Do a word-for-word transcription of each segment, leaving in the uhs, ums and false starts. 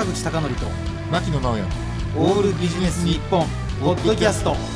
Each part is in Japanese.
坂口孝則と牧野直哉オールビジネス日本ポッドキャスト。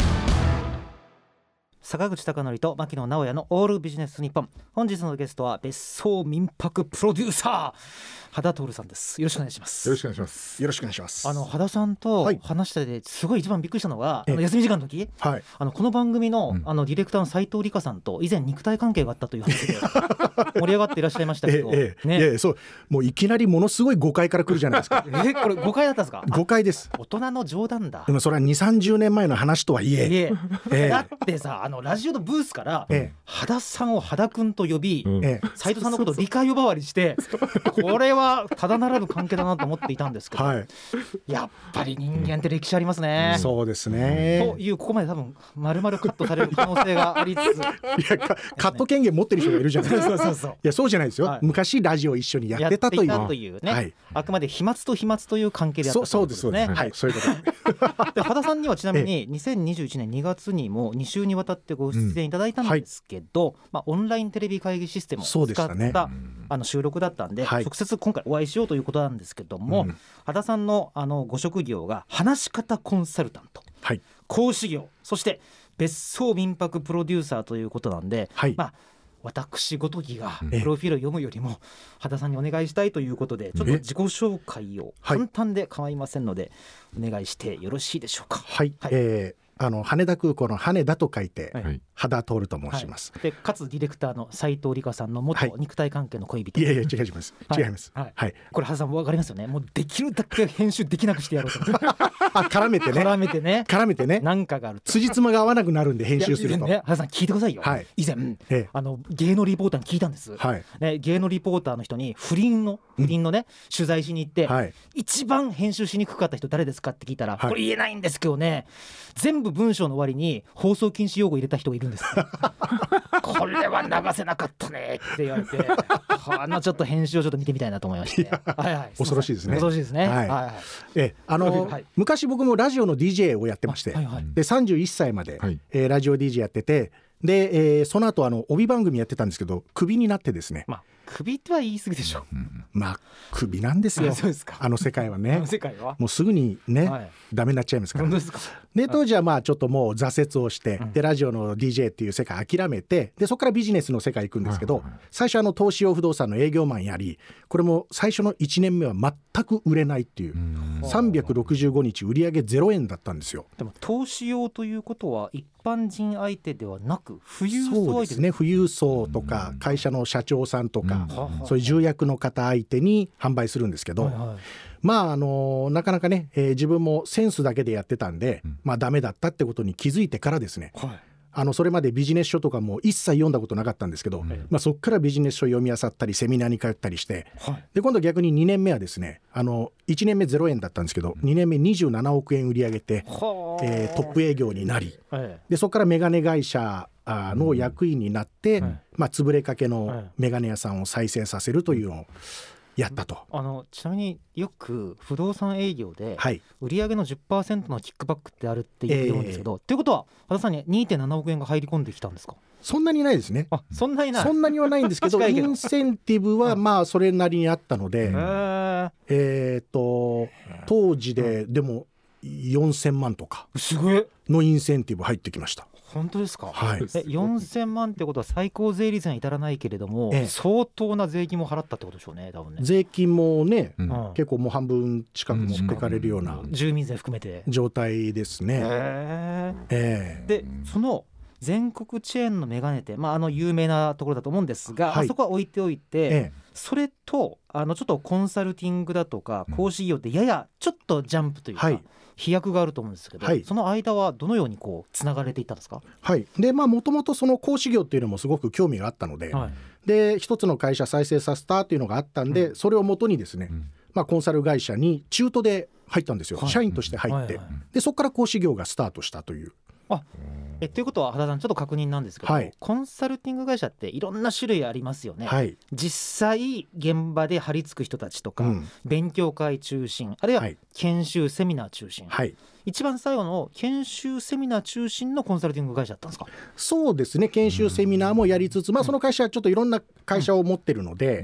坂口孝則と牧野直哉のオールビジネス日本。本日のゲストは別荘民泊プロデューサー羽田徹さんです。よろしくお願いします。 よろしくお願いします。 よろしくお願いします。 あの羽田さんと話しててすごい一番びっくりしたのが、あの休み時間の時、 はい、 あのこの番組 の,、 うん、 あのディレクターの斉藤理香さんと以前肉体関係があったという話で盛り上がっていらっしゃいましたけど、 ええね、 いやいやそうもういきなりものすごい誤解から来るじゃないですかえこれ誤解だったんですか？ 誤解です。 大人の冗談だ。 でもそれはにじゅうさんじゅうねんまえの話とはいえ、 ええええ、 だってさあのラジオのブースから、 ええ、 羽田さんを羽田くんと呼び、 うんええ、 斉藤さんのことを理解呼ばわりしてこれはただならぬ関係だなと思っていたんですけど、 はい、 やっぱり人間って歴史ありますね、 うん、そうですね。 というここまで多分丸々カットされる可能性がありつついやカット権限持ってる人がいるじゃないですか。 そうそうそういやそうじゃないですよ、 はい、 昔ラジオ一緒にやってたという、 やっていたというね、 はい、 あくまで飛沫と飛沫という関係であったということですね。 そうです、はい、そういうことで羽田さんにはちなみににせんにじゅういちねんにがつにもに週にわたってご出演いただいたんですけど、うんはい、まあ、オンラインテレビ会議システムを使った、ね、あの収録だったんで、はい、直接今回お会いしようということなんですけども、うん、羽田さん の, あのご職業が話し方コンサルタント、はい、講師業、そして別荘民泊プロデューサーということなんで、はい、まあ私ごときがプロフィールを読むよりも羽田さんにお願いしたいということで、ちょっと自己紹介を簡単で構いませんのでお願いしてよろしいでしょうか？ はい、はい、えーあの羽田空港の羽田と書いて、はい、羽田徹と申します、 はい、でかつディレクターの斉藤理香さんの元肉体関係の恋人、 はい、いやいや違います、はい、違います、 はいはい、これ羽田さん分かりますよね。もうできるだけ編集できなくしてやろうとあ絡めてね絡めてね絡めてねなんかがあると辻褄が合わなくなるんで編集すると、 ね、羽田さん聞いてくださいよ、はい、以前、ええ、あの芸能リポーターに聞いたんです、はいね、芸能リポーターの人に不倫の不倫のね、うん、取材しに行って、はい、一番編集しにくかった人誰ですかって聞いたら、はい、これ言えないんですけどね、全部文章の終わりに放送禁止用語入れた人がいるんですこれは流せなかったねって言われてあのちょっと編集をちょっと見てみたいなと思いまして、はいはい、 恐ろしいですね。 恐ろしいですね、はいはいはい、 えあの、はい、昔僕もラジオの ディージェー をやってまして、はいはい、でさんじゅういっさいまで、はいえー、ラジオ ディージェー やってて、で、えー、その後あの帯番組やってたんですけどクビになってですね、まあ首とは言い過ぎでしょ、うん、 まあ首なんですよ。 そうですか。 あの世界はねあの世界はもうすぐにね、はい、ダメになっちゃいますから。 本当ですか。 で当時はまあちょっともう挫折をして、はい、でラジオの ディージェー っていう世界諦めて、でそこからビジネスの世界行くんですけど、はいはい、最初あの投資用不動産の営業マンやり、これも最初のいちねんめは全く売れないっていう、うさんびゃくろくじゅうごにち売上ゼロえんだったんですよ。 でも投資用ということは一般人相手ではなく富裕層相手。 そうですね、富裕層とか会社の社長さんとか、そういう重役の方相手に販売するんですけど、はいはい、まああのなかなかね、えー、自分もセンスだけでやってたんで、うん、まあダメだったってことに気づいてからですね、はい、あのそれまでビジネス書とかも一切読んだことなかったんですけど、うんまあ、そこからビジネス書読み漁ったりセミナーに通ったりして、はい、で今度逆ににねんめはですね、あのいちねんめゼロえんだったんですけど、うん、にねんめにじゅうななおくえん売り上げて、うんえー、トップ営業になり、はい、でそこからメガネ会社の役員になって、うんまあ、潰れかけのメガネ屋さんを再生させるというのをやったと。 あのちなみによく不動産営業で売上の じゅっパーセント のキックバックってあるって言ってるんですけど、えー、ということは羽田さんに にてんななおくえんが入り込んできたんですか？ そんなにないですね。 あそんなにない。 そんなにはないんですけどインセンティブはまあそれなりにあったので、うんえー、と当時ででもよんせんまんとかのインセンティブ入ってきました。 本当ですか？ はい、 えよんせんまんってことは最高税率には至らないけれども、ええ、相当な税金も払ったってことでしょうね、多分ね。 税金もね、うん、結構もう半分近く持ってかれるような、 うん、住民税含めて状態ですね。 えーえー、でその全国チェーンのメガネ店、まあ、あの有名なところだと思うんですが、はい、あそこは置いておいて、ええ、それとあのちょっとコンサルティングだとか講師業ってややちょっとジャンプというか、はい飛躍があると思うんですけど、はい、その間はどのようにこうつながれていったんですか？ はいでまあもともとその講師業っていうのもすごく興味があったので、はい、で一つの会社再生させたっていうのがあったんで、うん、それをもとにですね、うんまあ、コンサル会社に中途で入ったんですよ、はい、社員として入って、うんはいはい、でそこから講師業がスタートしたという。 あえということは羽田さんちょっと確認なんですけど、はい、コンサルティング会社っていろんな種類ありますよね、はい、実際現場で張り付く人たちとか、うん、勉強会中心あるいは研修セミナー中心、はい、一番最後の研修セミナー中心のコンサルティング会社だったんですか？ そうですね、研修セミナーもやりつつ、まあ、その会社はちょっといろんな会社を持ってるので、うんはい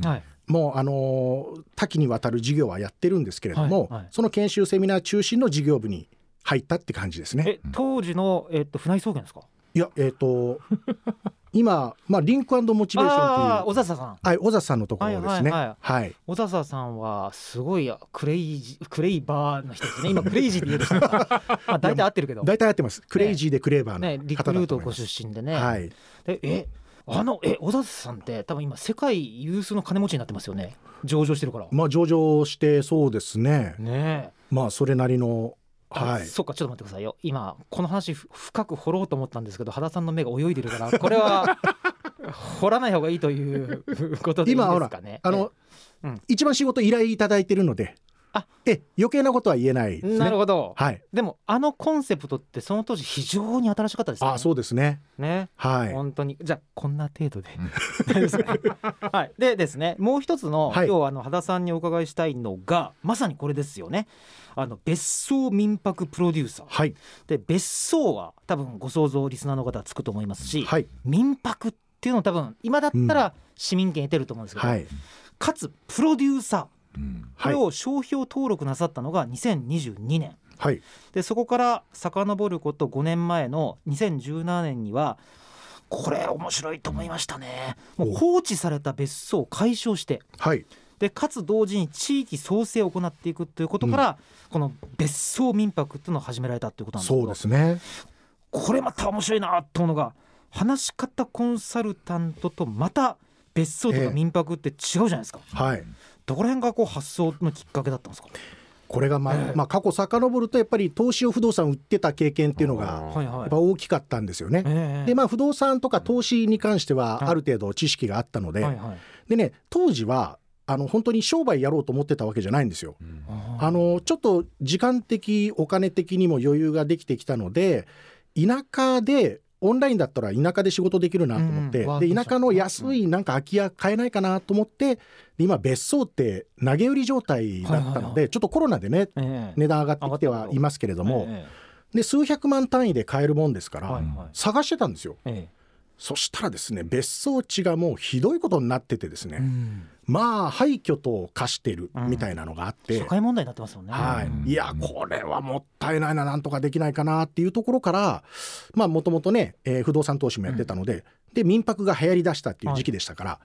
もうあの多岐にわたる事業はやってるんですけれども、はいはい、その研修セミナー中心の事業部に入ったって感じですね。 え当時の、えー、と船井総研ですか？ いやえっ、ー、と今、まあ、リンク&モチベーションっていう小笹さん、 はい、小笹さんのところですね、はいはいはいはい、小笹さんはすごいクレイジクレイバーの人ですね。今クレイジーって言うでしょうかまあ大体合ってるけど大体合ってます。クレイジーでクレーバーの方だと思います、 ね、リクルートご出身でね、 はい、 でえあのえ小笹さんって多分今世界有数の金持ちになってますよね。上場してるから。 まあ上場してそうですね。 ねまあそれなりのはい、 そうか、ちょっと待ってくださいよ。今この話深く掘ろうと思ったんですけど、羽田さんの目が泳いでるからこれは掘らない方がいいということでいいですかね。今ほらあの、うん、一番仕事依頼いただいてるので、あえ余計なことは言えないですね。 なるほど、 はい、 でもあのコンセプトってその当時非常に新しかったですね。 あそうですね。 ね、 はい、 本当に。じゃあこんな程度で、うん、はい、でですね、もう一つの、はい、今日あの羽田さんにお伺いしたいのがまさにこれですよね。あの別荘民泊プロデューサー、はい、で別荘は多分ご想像リスナーの方はつくと思いますし、はい、民泊っていうの多分今だったら市民権得てると思うんですけど、うんはい、かつプロデューサー、うん、これを商標登録なさったのがにせんにじゅうにねん、はい、でそこから遡ることごねんまえのにせんじゅうななねんにはこれ面白いと思いましたね。もう放置された別荘を解消して、はい、でかつ同時に地域創生を行っていくということから、うん、この別荘民泊っていうのを始められたということなんですけど、 そうですね、 これまた面白いなと思うのが、話し方コンサルタントとまた別荘とか民泊って違うじゃないですか、えーはい、どこら辺がこう発想のきっかけだったんですか？ これが、まあえーまあ、過去遡るとやっぱり投資を不動産売ってた経験っていうのがやっぱ大きかったんですよね、えーでまあ、不動産とか投資に関してはある程度知識があったので、はいはいはい、でね当時はあの本当に商売やろうと思ってたわけじゃないんですよ、うん、あのちょっと時間的お金的にも余裕ができてきたので、田舎でオンラインだったら田舎で仕事できるなと思って、うん、で田舎の安いなんか空き家買えないかなと思って、で今別荘って投げ売り状態だったので、はいはいはい、ちょっとコロナでね、えー、値段上がってきてはいますけれども、えー、で数百万単位で買えるもんですから、はいはい、探してたんですよ、えー、そしたらですね別荘地がもうひどいことになっててですね、うん、まあ廃墟と化してるみたいなのがあって、うん、 社会問題になってますよね、 はいうん、いやこれはもったいないな、なんとかできないかなっていうところから、まあもともとね、えー、不動産投資もやってたので、うん、で民泊が流行り出したっていう時期でしたから、はい、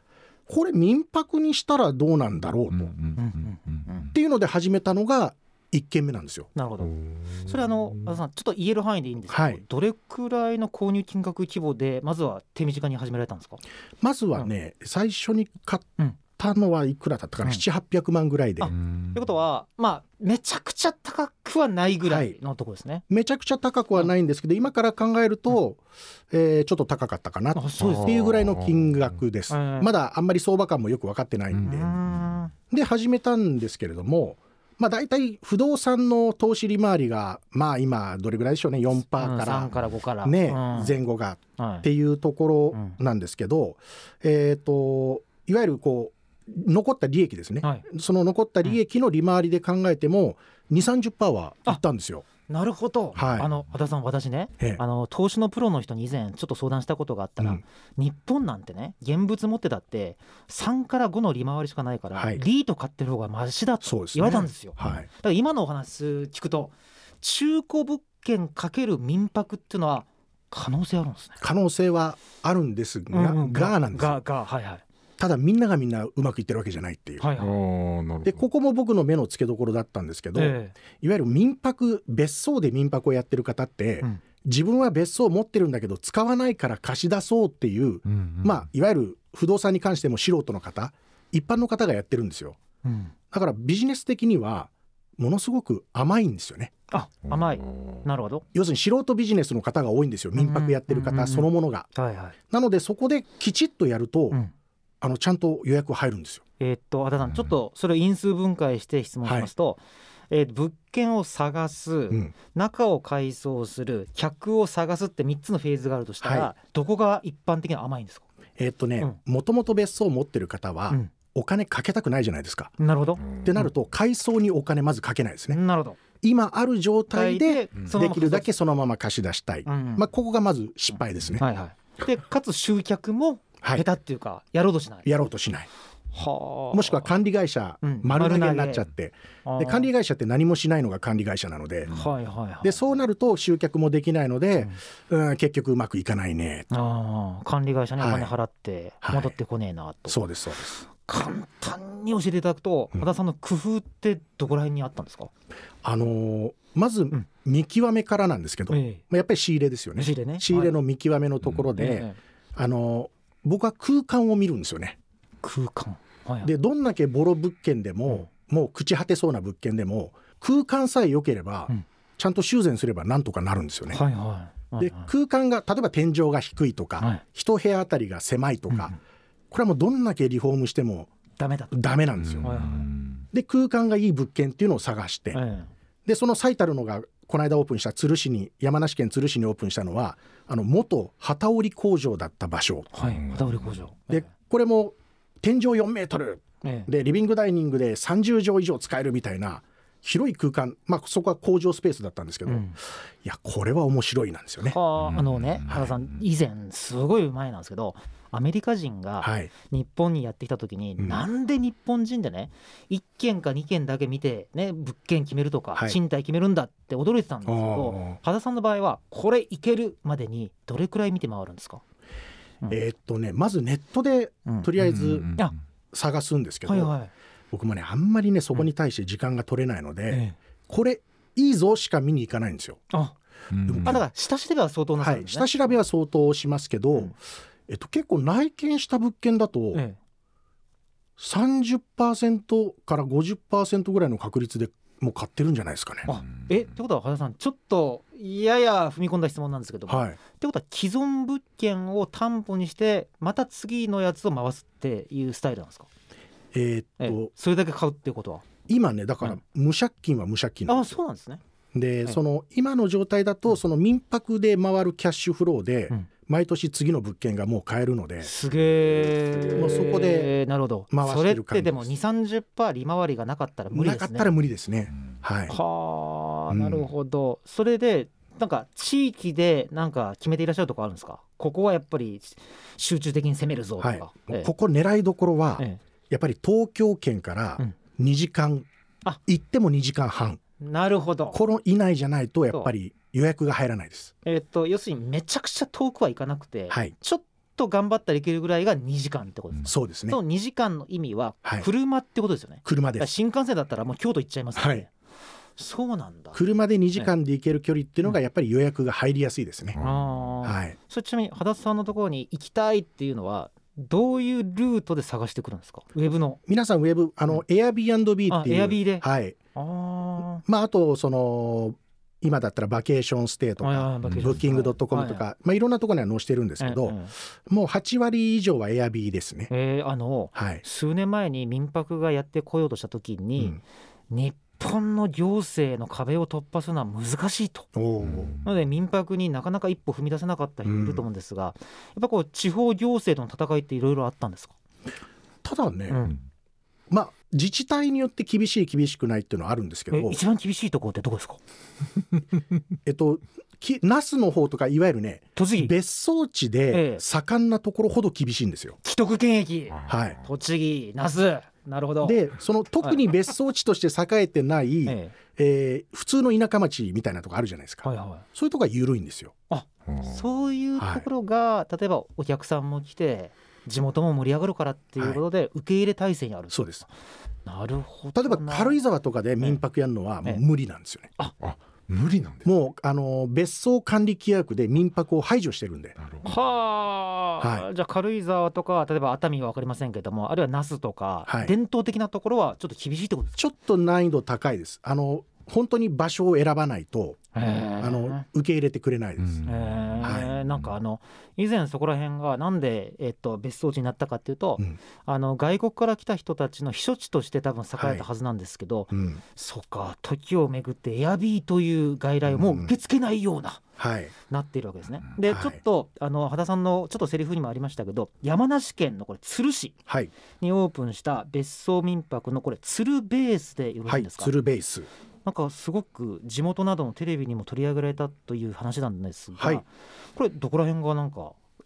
これ民泊にしたらどうなんだろうと、うんうんうんうん、っていうので始めたのがいっけんめなんですよ。 なるほど。それあのちょっと言える範囲でいいんですけど、はい、どれくらいの購入金額規模でまずは手短に始められたんですか？ まずはね、うん、最初に買ったのはいくらだったかな、うん、ななひゃくはっぴゃくまんぐらいで。ということはまあめちゃくちゃ高くはないぐらいのところですね、はい、 めちゃくちゃ高くはないんですけど、うん、今から考えると、うんえー、ちょっと高かったかなっていうぐらいの金額です。まだあんまり相場感もよく分かってないんで、うん、で始めたんですけれども、まあ、大体不動産の投資利回りがまあ今どれぐらいでしょうね、 よんパーセント から、 さんからごからね、前後がっていうところなんですけど、えーといわゆるこう残った利益ですね、はい、その残った利益の利回りで考えても にじゅう、さんじゅっパーセント はいったんですよ。 なるほど、はい、あの和田さん、私ね、あの投資のプロの人に以前ちょっと相談したことがあったら、うん、日本なんてね現物持ってたってさんからごの利回りしかないから、はい、リート買ってる方がマシだと言われたんですよ。そうですね、はい、だから今のお話聞くと中古物件かける民泊っていうのは可能性あるんですね。 可能性はあるんですが、うんうん、がなんですよ。がが、はいはい、ただみんながみんなうまくいってるわけじゃないっていう、はいはい、でここも僕の目の付けどころだったんですけど、えー、いわゆる民泊別荘で民泊をやってる方って、うん、自分は別荘を持ってるんだけど使わないから貸し出そうっていう、うんうん、まあいわゆる不動産に関しても素人の方一般の方がやってるんですよ、うん、だからビジネス的にはものすごく甘いんですよね。 あ、甘い。なるほど。 要するに素人ビジネスの方が多いんですよ、民泊やってる方そのものが、うんうんうんはいはい、なのでそこできちっとやると、うんあのちゃんと予約入るんですよ。 えー、っと和田さん、ちょっとそれを因数分解して質問しますと、はいえー、物件を探す、うん、中を改装する、客を探すってみっつのフェーズがあるとしたら、はい、どこが一般的には甘いんですか？ えー、っとね、もともと別荘を持ってる方は、うん、お金かけたくないじゃないですか。 なるほど。 ってなると改装にお金まずかけないですね。 なるほど。 今ある状態でできるだけそのまま貸し出したい、うんまあ、ここがまず失敗ですね、 うんはいはい、でかつ集客も下手っていうか、はい、やろうとしないやろうとしない。 はもしくは管理会社、うん、丸投げになっちゃって、で管理会社って何もしないのが管理会社なので、はいはいはい、でそうなると集客もできないので、うんうん、結局うまくいかないね。 あ管理会社にお金払って戻ってこねえなと、はいはい、 そうですそうです。 簡単に教えていただくと、和田さんの工夫ってどこら辺にあったんですか？ あのー、まず見極めからなんですけど、うん、やっぱり仕入れですよね。仕入れね、仕入れの見極めのところで、はい、あのー、僕は空間を見るんですよね。 空間、はいはい、 でどんだけボロ物件でも、うん、もう朽ち果てそうな物件でも空間さえ良ければ、うん、ちゃんと修繕すればなんとかなるんですよね。はいはいはいはい、で空間が例えば天井が低いとか、はい、一部屋あたりが狭いとか、うん、これはもうどんだけリフォームしてもダメだとダメなんですよ。はいはい、で空間がいい物件っていうのを探して、はい、でその最たるのがこの間オープンした鶴市に山梨県鶴市にオープンしたのはあの元機織工場だった場所、 はい、機織工場でこれも天井よんメートル、ええ、でリビングダイニングでさんじゅうじょう以上使えるみたいな広い空間、まあ、そこは工場スペースだったんですけど、うん、いやこれは面白いなんですよね。 はあ、あのね、原さん以前すごい前なんですけどアメリカ人が日本にやってきた時に、はい、なんで日本人でねいっけんかにけんだけ見て、ね、物件決めるとか、はい、賃貸決めるんだって驚いてたんですけど、原さんの場合はこれいけるまでにどれくらい見て回るんですか？ うん、えーっとね、まずネットでとりあえず探すんですけど、うんうんうん、はいはい、僕もねあんまりねそこに対して時間が取れないので、うん、これいいぞしか見に行かないんですよ。あ、 うん、あだから下調べは相当なさるんですね。 はい、下調べは相当しますけど、うん、えっと、結構内見した物件だと、ええ、さんじゅっパーセント から ごじゅっパーセント ぐらいの確率でもう買ってるんじゃないですかね。 あえってことは原田さんちょっとやや踏み込んだ質問なんですけども、はい、ってことは既存物件を担保にしてまた次のやつを回すっていうスタイルなんですか？えー、っとえそれだけ買うっていうことは今ねだから無借金は無借金なんですよ。 あそうなんですね。 でその今の状態だとその民泊で回るキャッシュフローで毎年次の物件がもう買えるので、 すげー、 もうそこで回してる感じです。 なるほど。それってでも にじゅう、さんじゅっパーセント 利回りがなかったら無理ですね。 なかったら無理ですね、うん、はい、 はあ、なるほど。それでなんか地域でなんか決めていらっしゃるところあるんですか？ここはやっぱり集中的に攻めるぞとか、はい、 ええ、ここ狙いどころは、ええ、やっぱり東京圏からにじかん、うん、あ行ってもにじかんはん、 なるほど。 この以内じゃないとやっぱり予約が入らないです。 えー、と要するにめちゃくちゃ遠くは行かなくて、はい、ちょっと頑張ったら行けるぐらいがにじかんってことですか？ そうですね。 そのにじかんの意味は車ってことですよね、はい、 車です。 新幹線だったらもう京都行っちゃいますので、はい、そうなんだ。 車でにじかんで行ける距離っていうのがやっぱり予約が入りやすいですね、うん、 あ、はい、それちなみに羽田さんのところに行きたいっていうのはどういうルートで探してくるんですか？ウェブの皆さんウェブあの、うん、Airbnb っていう、 エアビーで、 はい、あ、まあ、あとその今だったらバケーションステイとかブッキングドットコムとか、はいはい、まあ、いろんなところには載せてるんですけど、ええ、もうはちわり以上はエアビーですね、 えーあのはい、数年前に民泊がやってこようとした時に、うん、日本の行政の壁を突破するのは難しいと、なので民泊になかなか一歩踏み出せなかった人いると思うんですが、うん、やっぱこう地方行政との戦いっていろいろあったんですか？ ただね、うん、まあ自治体によって厳しい厳しくないっていうのはあるんですけど、 一番厳しいところってどこですか？ えっと那須の方とかいわゆるね栃木別荘地で盛んなところほど厳しいんですよ。 既得権益、 はい、 栃木那須、なるほど。 でその特に別荘地として栄えてない、えええー、普通の田舎町みたいなとこあるじゃないですか、はいはい、そういうとこが緩いんですよ。 あ、そういうところが、はい、例えばお客さんも来て地元も盛り上がるからっていうことで受け入れ体制にある、はい、 そうです。 なるほど。 例えば軽井沢とかで民泊やるのはもう無理なんですよね。 ああ、無理なんです。 もうあの別荘管理規約で民泊を排除してるんで。 はあ、はい、じゃあ軽井沢とか例えば熱海は分かりませんけども、あるいは那須とか、はい、伝統的なところはちょっと厳しいってことですか？ ちょっと難易度高いです。あの本当に場所を選ばないとあの受け入れてくれないです。 はい、なんかあの以前そこら辺がなんで、えっと、別荘地になったかっていうと、うん、あの外国から来た人たちの避暑地として多分栄えたはずなんですけど、はい、うん、そっか、時をめぐってエアビーという外来をもう受け付けないような、うん、はい、なっているわけですね。で、はい、ちょっとあの羽田さんのちょっとセリフにもありましたけど、山梨県のこれ鶴市にオープンした別荘民泊のこれ鶴ベースでよろしいですか？ はい、鶴ベース、 なんかすごく地元などのテレビにも取り上げられたという話なんですが、はい、これどこら辺がなんか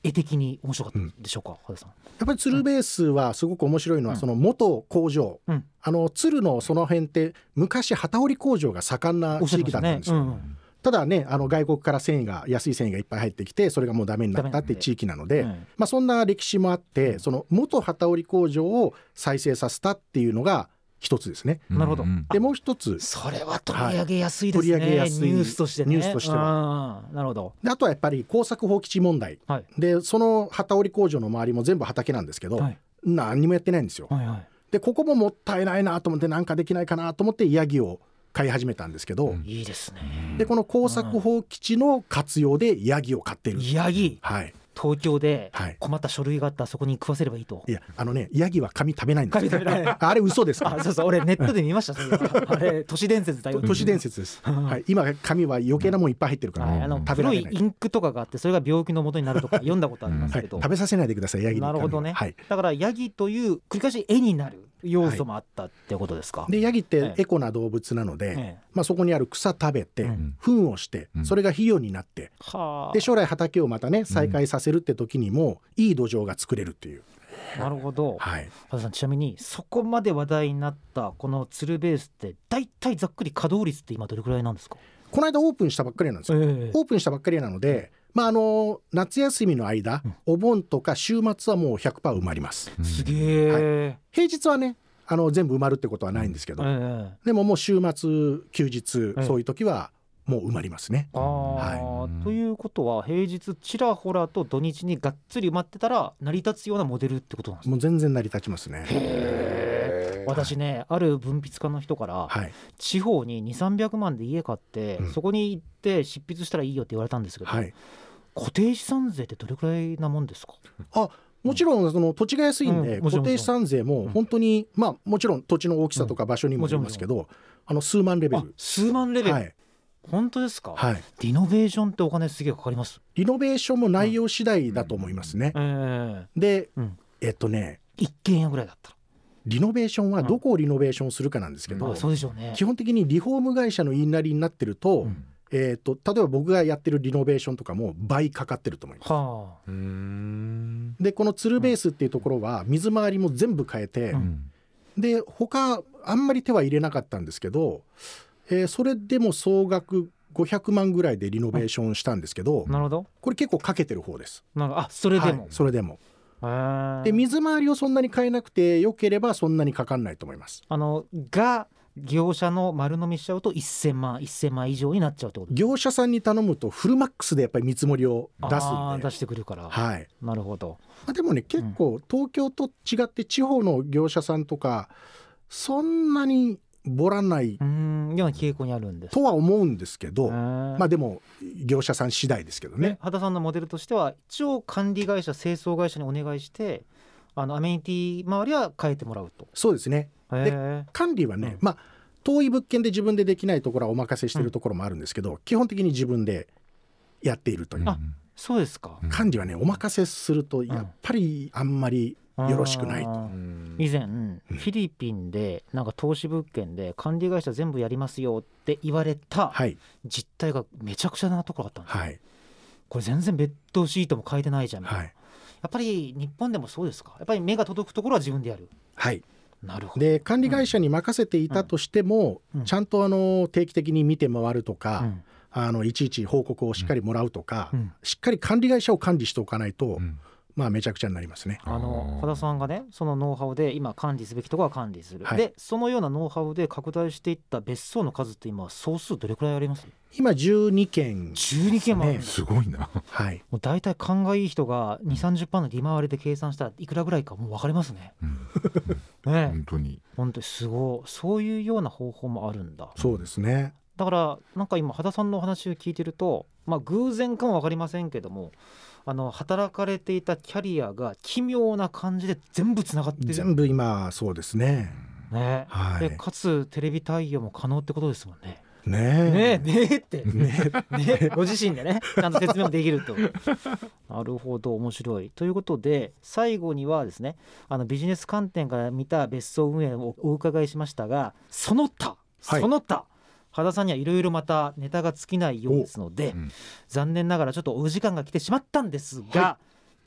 絵的に面白かったでしょうか、うん、さん。やっぱり鶴ベースはすごく面白いのは、うん、その元工場、うん、あの鶴のその辺って昔機織り工場が盛んな地域だったんですよ、ねうん、ただね、あの外国から繊維が安い繊維がいっぱい入ってきて、それがもうダメになったって地域なので、うんまあ、そんな歴史もあって、うん、その元機織り工場を再生させたっていうのが一つですね。 なるほど。 でもう一つ、 それは取り上げやすいですね、はい、取り上げやすいニュースとしてね、ニュースとしては。あ、なるほど。 であとはやっぱり耕作放棄地問題、はい、でその機織り工場の周りも全部畑なんですけど、はい、何にもやってないんですよ、はいはい、でここももったいないなと思って、なんかできないかなと思ってヤギを飼い始めたんですけど、うん、 いいですね。 でこの耕作放棄地の活用でヤギを飼っている。 ヤギ、 はい、 東京で困った書類があったらそこに食わせればいいと。 いや、あのね、ヤギは紙食べないんですよ。紙食べないあれ嘘ですか。 あ、そうそう、俺ネットで見ましたそれあれ都市伝説だよ。 都市伝説です、はい、今紙は余計なもんいっぱい入ってるから、うん、 はい、あの食べられない。黒いインクとかがあってそれが病気の元になるとか読んだことありますけど、 はい、食べさせないでくださいヤギの紙は。 なるほどね、 はい、 だからヤギという繰り返し絵になる要素もあったってことですか。 はい、でヤギってエコな動物なので、ええまあ、そこにある草食べて、うん、糞をして、うん、それが肥料になって、うん、で将来畑をまたね再開させるって時にも、うん、いい土壌が作れるっていう。 なるほど、 はい、 羽田さん、ちなみにそこまで話題になったこの鶴ベースってだいたいざっくり稼働率って今どれくらいなんですか。 この間オープンしたばっかりなんですよ、えー、オープンしたばっかりなので、まあ、あの夏休みの間、うん、お盆とか週末はもう ひゃくパーセント 埋まります、 うん、すげー、はい、 平日はねあの全部埋まるってことはないんですけど、うんえー、でももう週末休日、えー、そういう時はもう埋まりますね。 あ、はい、ということは平日ちらほらと土日にがっつり埋まってたら成り立つようなモデルってことなんですか。 もう全然成り立ちますね。 へー、私ね、はい、ある文筆家の人から、はい、地方ににせんさんびゃくまんで家買って、うん、そこに行って執筆したらいいよって言われたんですけど、はい、固定資産税ってどれくらいなもんですか。 あ、もちろんその土地が安いんで、うん、固定資産税も本当に、うん、まあもちろん土地の大きさとか場所にもよりますけど、うん、あの数万レベル。 数万レベル、はい、本当ですか。はい、リノベーションってお金すげえかかります。 リノベーションも内容次第だと思いますね、うんえー、で、うん、えっとね一軒家ぐらいだったらリノベーションはどこをリノベーションするかなんですけど、 うん、そうでしょうね。 基本的にリフォーム会社の言いなりになってると、うんえー、と例えば僕がやってるリノベーションとかも倍かかってると思います、はあ、うーんでこの鶴ベースっていうところは水回りも全部変えて、うん、で他あんまり手は入れなかったんですけど、えー、それでも総額ごひゃくまんぐらいでリノベーションしたんですけど、 なるほど、 これ結構かけてる方です。 なんかあそれでも、 はい、それでもで水回りをそんなに変えなくてよければそんなにかかんないと思います。 あのが業者の丸飲みしちゃうとせんまんせんまん以上になっちゃうってこと。 業者さんに頼むとフルマックスでやっぱり見積もりを出すんで、 あ出してくるから、 はい、 なるほど。 まあ、でもね結構東京と違って地方の業者さんとかそんなにぼらないうんような傾向にあるんですとは思うんですけど、まあでも業者さん次第ですけどね。 羽田さんのモデルとしては一応管理会社清掃会社にお願いしてあのアメニティ周りは変えてもらうと。 そうですね。で管理はね、うん、まあ遠い物件で自分でできないところはお任せしているところもあるんですけど、うん、基本的に自分でやっているという。 あ、そうですか。 管理はねお任せするとやっぱりあんまりよろしくないと。 以前、うん、フィリピンでなんか投資物件で管理会社全部やりますよって言われた実態がめちゃくちゃなところがあったんですよ、はい、これ全然ベッドシートも変えてないじゃんみたいな、はい、やっぱり日本でもそうですか。やっぱり目が届くところは自分でやる。 はい、 なるほど。 で管理会社に任せていたとしても、うん、ちゃんとあの定期的に見て回るとか、うん、あのいちいち報告をしっかりもらうとか、うん、しっかり管理会社を管理しておかないと、うんまあ、めちゃくちゃになりますね。 あの羽田さんがねそのノウハウで今管理すべきところは管理する、はい、でそのようなノウハウで拡大していった別荘の数って今総数どれくらいあります？ 今じゅうにけん、ね、 じゅうにけんもある。 すごいな、 はい、もうだいたい勘がいい人が にじゅうさんじゅっパーセント の利回りで計算したらいくらぐらいかもう分かりますね、うんね本当に本当にすごい。そういうような方法もあるんだ。 そうですね。 だからなんか今羽田さんのお話を聞いてると、まあ、偶然かも分かりませんけどもあの働かれていたキャリアが奇妙な感じで全部つながってる。 全部今そうですね。 ね、はい、でかつテレビ対応も可能ってことですもんね。 ねえねえねえってねねご自身でねちゃんと説明もできるとなるほど面白い。ということで最後にはですねあのビジネス観点から見た別荘運営をお伺いしましたがその他、はい、その他羽田さんにはいろいろまたネタが尽きないようですので、うん、残念ながらちょっとお時間が来てしまったんですが、は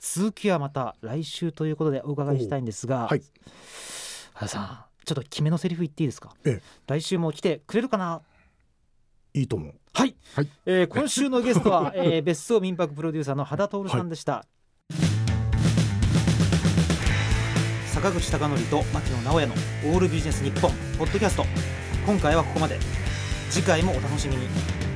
続きはまた来週ということでお伺いしたいんですが、はい、原さんちょっと決めのセリフ言っていいですか？ええ、来週も来てくれるかな？ いいと思う。 はい、はい、えー、今週のゲストは、えー、別荘民泊プロデューサーの羽田徹さんでした、はい、坂口孝則と牧野直哉のオールビジネス日本ポッドキャスト、今回はここまで。次回もお楽しみに。